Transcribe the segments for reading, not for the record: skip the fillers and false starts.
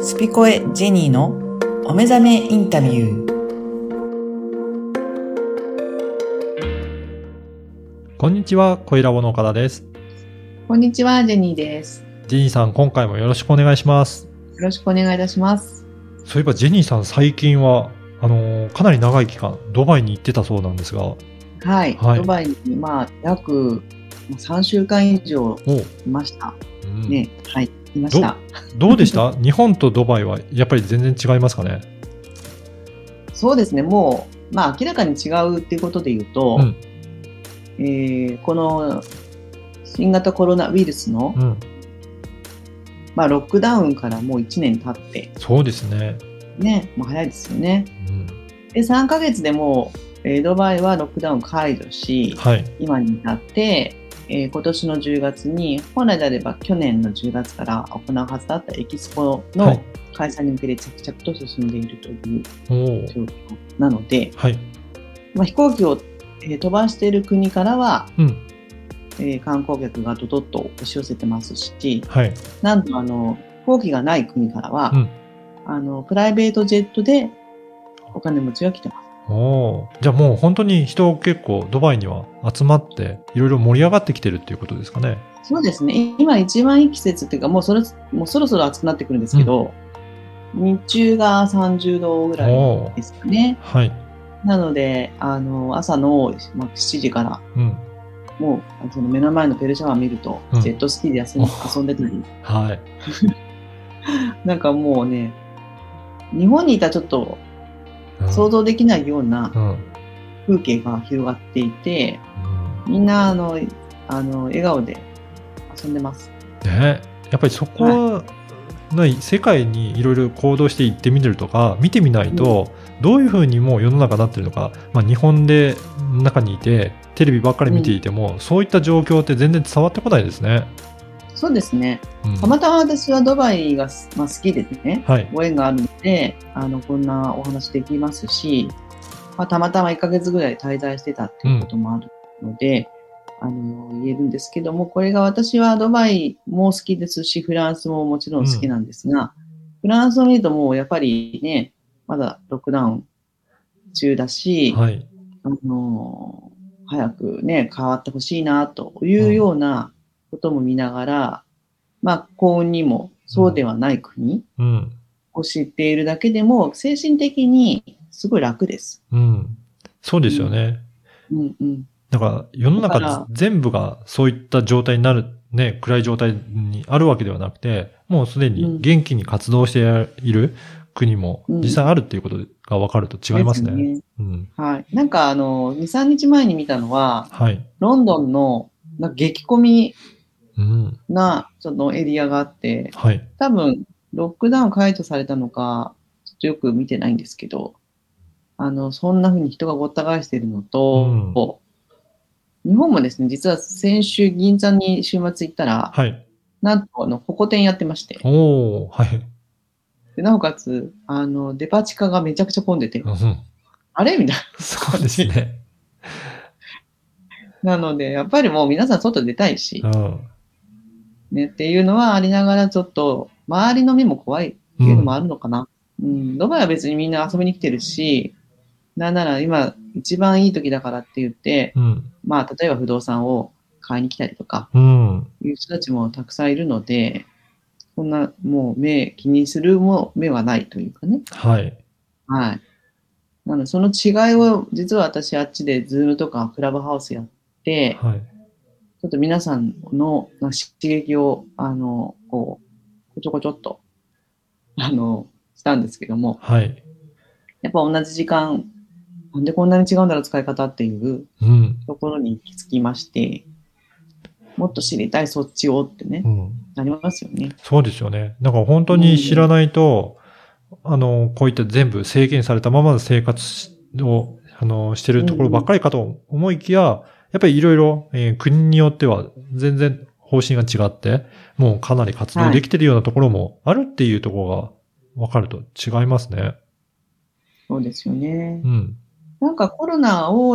スピコエジェニーのお目覚めインタビュー。 こんにちは、声ラボの岡田です。 こんにちは、ジェニーです。 ジェニーさん、今回もよろしくお願いします。 よろしくお願いいたします。 そういえばジェニーさん、最近はかなり長い期間ドバイに行ってたそうなんですが、 はい、ドバイに約3週間以上いました。ね、はい、いました。 どうでした日本とドバイはやっぱり全然違いますかね？ そうですね、もう、明らかに違うっていうことで言うと、この新型コロナウイルスの、ロックダウンからもう1年経って。 そうですね。 ね、もう早いですよね。で、3ヶ月でもう、ドバイはロックダウン解除し、今に至って、今年の10月に、本来であれば去年の10月から行うはずだったエキスポの開催に向けて着々と進んでいるという状況なので、飛行機を、飛ばしている国からは、観光客がどどっと押し寄せてますし、なんと飛行機がない国からは、プライベートジェットでお金持ちが来てます。 じゃあもう本当に人結構ドバイには集まっていろいろ盛り上がってきてるっていうことですかね？ そうですね。今一番いい季節っていうかもうそろそろ暑くなってくるんですけど、日中が30度ぐらいですかね。なので朝の、7時から、もうその目の前のペルシャ湾を見ると、ジェットスキーで遊んでたり、なんかもうね、日本にいたらちょっと想像できないような風景が広がっていて、みんな笑顔で遊んでます。 ね、やっぱりそこは、世界にいろいろ行動して行ってみるとか見てみないと、どういうふうにもう世の中になってるのか、日本で中にいてテレビばっかり見ていても、そういった状況って全然伝わってこないですね。 そうですね。たまたま私はドバイが、好きでね、ご縁があるので、こんなお話できますし、たまたま1ヶ月ぐらい滞在してたっていうこともあるので、言えるんですけども、これが私はドバイも好きですし、フランスももちろん好きなんですが、フランスを見るともうやっぱりね、まだロックダウン中だし、早くね、変わってほしいなというようなことも見ながら、幸運にもそうではない国を知っているだけでも、精神的にすごい楽です。 そうですよね。だから世の中全部がそういった状態になる、暗い状態にあるわけではなくて、もうすでに元気に活動している国も実際あるっていうことが分かると違いますね。 なんか2、3日前に見たのは、ロンドンの激混みなそのエリアがあって、多分ロックダウン解除されたのか、ちょっとよく見てないんですけど、そんな風に人がごった返しているのと、日本もですね、実は先週銀座に週末行ったら、なんとホコ天やってまして。でなおかつ、デパ地下がめちゃくちゃ混んでて、あれみたいな。 そうですね。 なので、やっぱりもう皆さん外出たいし、ね、っていうのはありながら、ちょっと、周りの目も怖いっていうのもあるのかな。ドバイは別にみんな遊びに来てるし、なんなら今一番いい時だからって言って、例えば不動産を買いに来たりとか、いう人たちもたくさんいるので、そんなもう気にする目はないというかね。なのでその違いを実は私あっちでズームとかクラブハウスやって、ちょっと皆さんの刺激をこちょこちょっとしたんですけども、やっぱ同じ時間なんでこんなに違うんだろう使い方っていうところに行き着きまして、もっと知りたいそっちをってね、なりますよね。 そうですよね。だから本当に知らないと、こういった全部制限されたままの生活をしてるところばっかりかと思いきや、やっぱりいろいろ国によっては全然方針が違って、もうかなり活動できてるようなところもあるっていうところが分かると違いますね。 そうですよね。なんかコロナを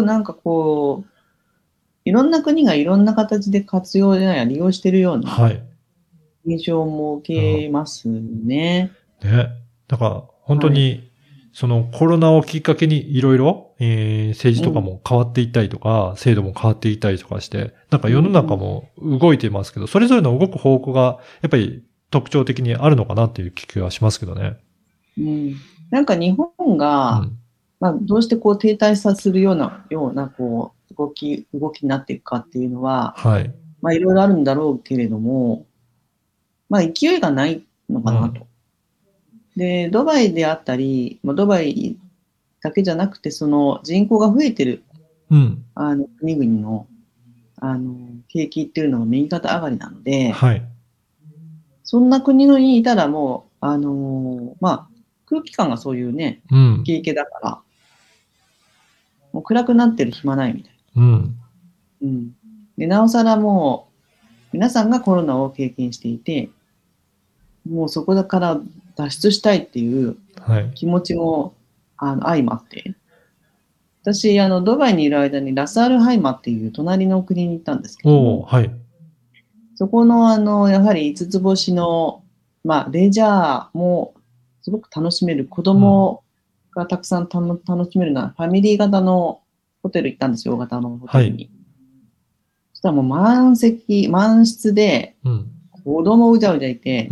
いろんな国がいろんな形で活用や利用してるような印象も受けますね。 ね。だから、本当に、そのコロナをきっかけにいろいろ、政治とかも変わっていったりとか、制度も変わっていったりとかして、なんか世の中も動いてますけど、それぞれの動く方向が、やっぱり特徴的にあるのかなっていう気がしますけどね。 うん。なんか日本が、まあ、どうしてこう停滞させるような、こう、動きになっていくかっていうのは、 はい。 まあ、いろいろあるんだろうけれども、まあ、勢いがないのかなと。で、ドバイであったり、まあ、ドバイだけじゃなくて、その人口が増えてる、国々の、景気っていうのが右肩上がりなので、 はい。 そんな国のにいたらもう、まあ、空気感がそういうね、景気だから、もう暗くなってる暇ないみたいな。で、なおさらもう、皆さんがコロナを経験していて、もうそこだから脱出したいっていう気持ちも、相まって、私、ドバイにいる間にラスアルハイマっていう隣の国に行ったんですけども、そこの、やはり5つ星の、まあ、レジャーもすごく楽しめる、子供がたくさん楽しめるようなファミリー型のホテル行ったんですよ、大型のホテルに。そしたらもう満室で、子供うじゃうじゃいて、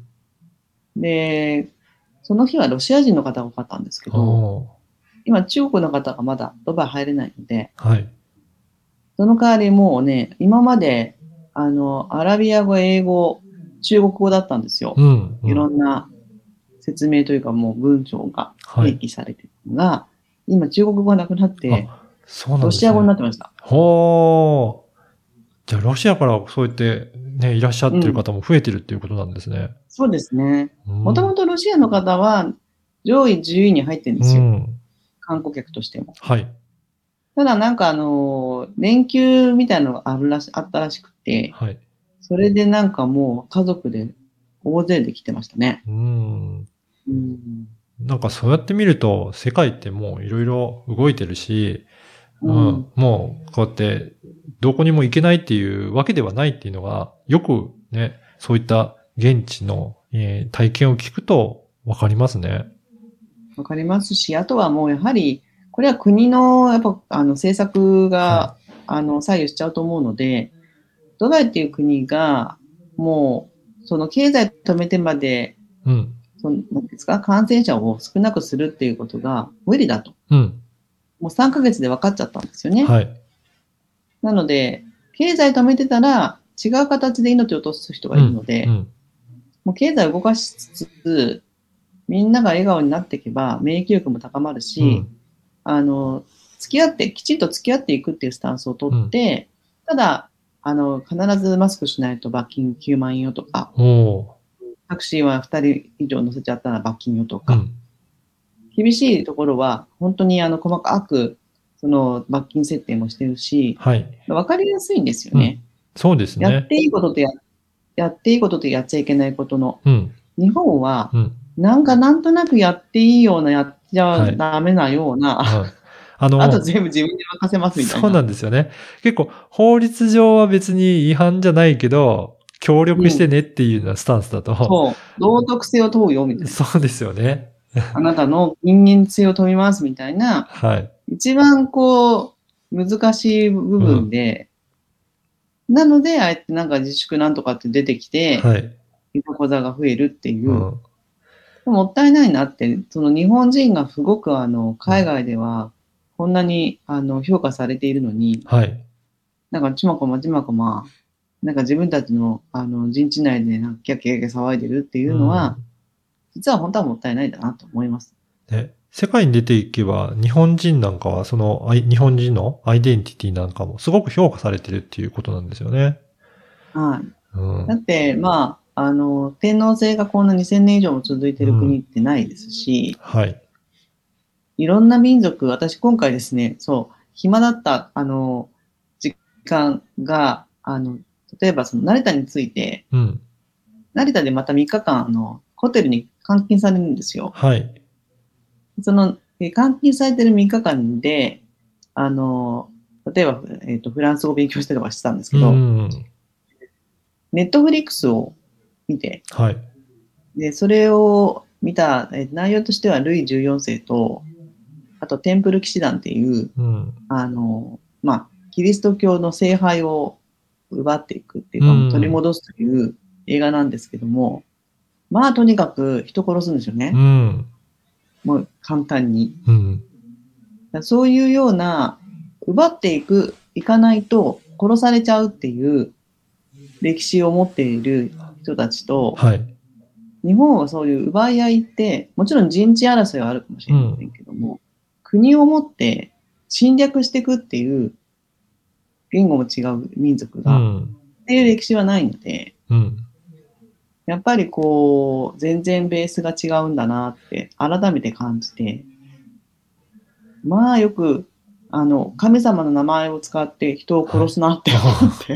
で、その日はロシア人の方が多かったんですけど、今中国の方がまだドバイ入れないので、その代わりもうね、今まで、アラビア語、英語、中国語だったんですよ。いろんな説明というかもう文章が併記されているのが、今中国語がなくなって、ロシア語になってました。 ほー。じゃあロシアからそうやってね、いらっしゃってる方も増えてるっていうことなんですね。 そうですね。もともとロシアの方は上位10位に入ってるんですよ。観光客としても。ただなんか連休みたいなのがあったらしくて、それでなんかもう家族で大勢で来てましたね。 なんかそうやって見ると世界ってもういろいろ動いてるし、もうこうやってどこにも行けないっていうわけではないっていうのがよくね、そういった現地の、体験を聞くとわかりますね。 わかりますし、あとはもうやはりこれは国のやっぱ政策が、左右しちゃうと思うので、ドバイっていう国がもうその経済止めてまで、なんですか、感染者を少なくするっていうことが無理だと。もう3ヶ月で分かっちゃったんですよね。なので、経済止めてたら違う形で命を落とす人がいるので、もう経済を動かしつつ、みんなが笑顔になっていけば免疫力も高まるし、きちんと付き合っていくっていうスタンスをとって、ただ、必ずマスクしないと罰金9万円よとか、タクシーは2人以上乗せちゃったら罰金よとか、厳しいところは本当に細かくその罰金設定もしてるし、わかりやすいんですよね。 そうですね。 やっていいこととやっちゃいけないことの。日本は、なんとなくやっていいような、やっちゃダメなような、あと全部自分に任せますみたいな。 そうなんですよね。結構法律上は別に違反じゃないけど、協力してねっていうようなスタンスだと。 そう。道徳性を問うよみたいな。 そうですよね。 あなたの人間性を問いますみたいな。一番難しい部分で、なので、あえてなんか自粛なんとかって出てきて、いざこざが増えるっていう。もったいないなって、その日本人がすごく海外ではこんなに評価されているのに、なんかちまこま、なんか自分たちの陣地内でなんかキャキャキャ騒いでるっていうのは、実は本当はもったいないんだなと思います。 世界に出ていけば、日本人なんかはその日本人のアイデンティティなんかもすごく評価されてるっていうことなんですよね。 だって、まあ、天皇制がこんな2000年以上も続いてる国ってないですし、いろんな民族、私今回ですね、暇だった、時間が、例えば成田について、成田でまた3日間、ホテルに監禁されるんですよ。監禁されてる3日間で、例えば、フランス語を勉強したりとかしてたんですけど、ネットフリックスを見て、で、それを見た内容としては、ルイ14世と、あとテンプル騎士団っていう、キリスト教の聖杯を奪っていくっていうか、取り戻すという映画なんですけども、まあとにかく人殺すんですよね。もう簡単に。そういうような、奪っていかないと殺されちゃうっていう歴史を持っている人たちと、日本はそういう奪い合いって、もちろん人地争いはあるかもしれませんけども、国をもって侵略していくっていう言語も違う民族が、っていう歴史はないので、やっぱりこう、全然ベースが違うんだなって改めて感じて、まあよく、神様の名前を使って人を殺すなって思って、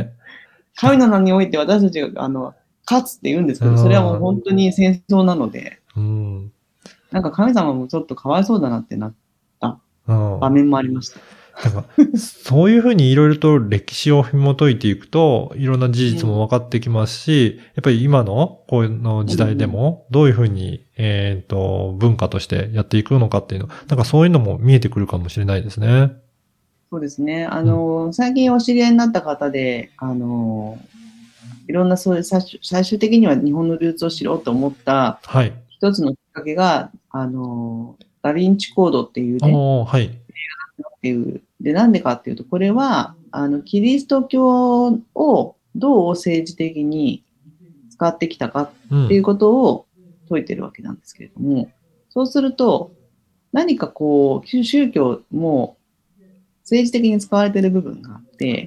神の名において私たちが、勝つって言うんですけど、それはもう本当に戦争なので、なんか神様もちょっとかわいそうだなってなった場面もありました。 そういうふうにいろいろと歴史を紐解いていくと、いろんな事実も分かってきますし、やっぱり今のこの時代でも、どういうふうに、文化としてやっていくのかっていうの、なんかそういうのも見えてくるかもしれないですね。 そうですね。最近お知り合いになった方で、いろんなそういう最終的には日本のルーツを知ろうと思った、一つのきっかけが、ダヴィンチコードっていうね、っていう。で、なんでかっていうと、これは、キリスト教をどう政治的に使ってきたかっていうことを説いてるわけなんですけれども、そうすると、何かこう、宗教も政治的に使われてる部分があって、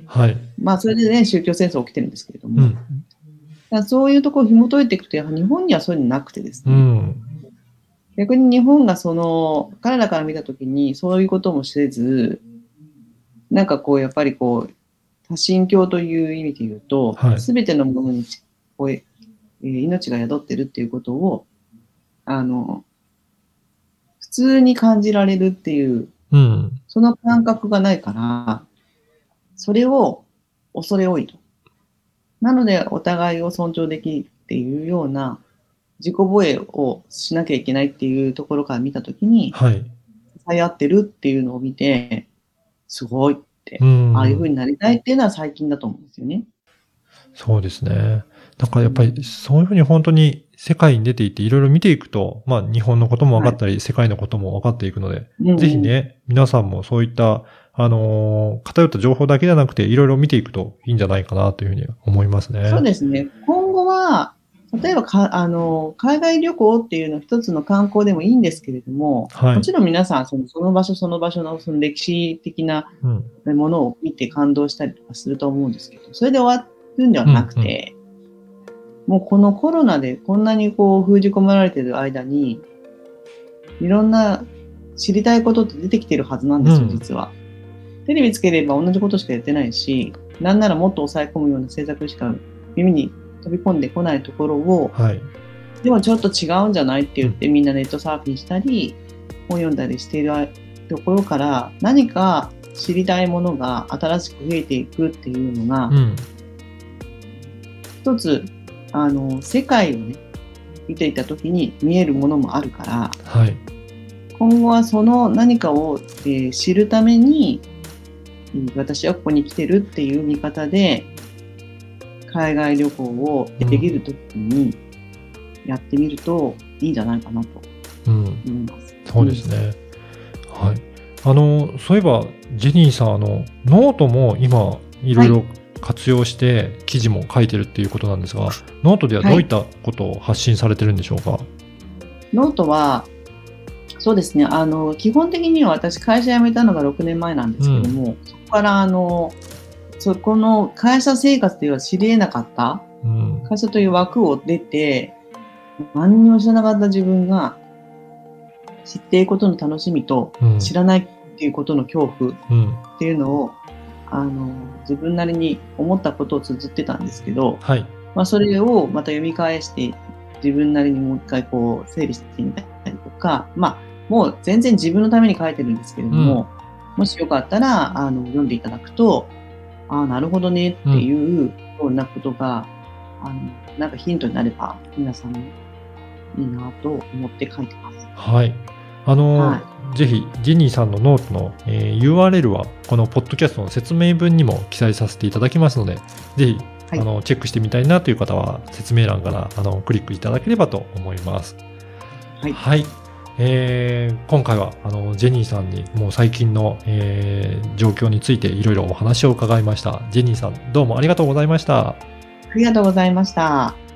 まあ、それでね、宗教戦争起きてるんですけれども、そういうところを紐解いていくと、やはり日本にはそういうのなくてですね、逆に日本が彼らから見たときにそういうこともせず、なんかこう、やっぱりこう、多神教という意味で言うと、すべてのものに命が宿ってるっていうことを、普通に感じられるっていう、その感覚がないから、それを恐れ多いと。なので、お互いを尊重できるっていうような、自己防衛をしなきゃいけないっていうところから見たときに、支え合ってるっていうのを見て、すごいって、ああいう風になりたいっていうのは最近だと思うんですよね。 そうですね。だからやっぱりそういうふうに本当に世界に出ていっていろいろ見ていくと、まあ日本のことも分かったり、世界のことも分かっていくので、ぜひね、皆さんもそういった、偏った情報だけじゃなくていろいろ見ていくといいんじゃないかなというふうに思いますね。 そうですね。今後は、例えば海外旅行っていうのは一つの観光でもいいんですけれども、もちろん皆さんその場所その場所のその歴史的なものを見て感動したりとかすると思うんですけど、それで終わるんではなくて、もうこのコロナでこんなにこう封じ込められている間に、いろんな知りたいことって出てきてるはずなんですよ、実は。テレビつければ同じことしかやってないし、なんならもっと抑え込むような政策しか耳に飛び込んでこないところを、でもちょっと違うんじゃないって言ってみんなネットサーフィンしたり、本読んだりしているところから何か知りたいものが新しく増えていくっていうのが、一つ、世界をね、見ていたときに見えるものもあるから、今後はその何かを、知るために、私はここに来てるっていう見方で、海外旅行をできるときにやってみるといいんじゃないかなと思います。 そうですね。はい。そういえば、ジェニーさん、ノートも今、いろいろ活用して記事も書いてるっていうことなんですが、ノートではどういったことを発信されてるんでしょうか？ ノートは、そうですね。基本的には私会社辞めたのが6年前なんですけども、そこからそこの会社生活では知り得なかった、会社という枠を出て、何にも知らなかった自分が知っていることの楽しみと、知らないっていうことの恐怖っていうのを、自分なりに思ったことを綴ってたんですけど、まあそれをまた読み返して、自分なりにもう一回こう整理してみたりとか、まあもう全然自分のために書いてるんですけれども、もしよかったら読んでいただくと、なるほどねっていうようなことが、なんかヒントになれば皆さんにいいなと思って書いてます。 はい。ぜひ、ジェニーさんのノートの、URL は、このポッドキャストの説明文にも記載させていただきますので、ぜひ、チェックしてみたいなという方は、説明欄からクリックいただければと思います。はい。はい。今回は、ジェニーさんにもう最近の、状況についていろいろお話を伺いました。ジェニーさん、どうもありがとうございました。 ありがとうございました。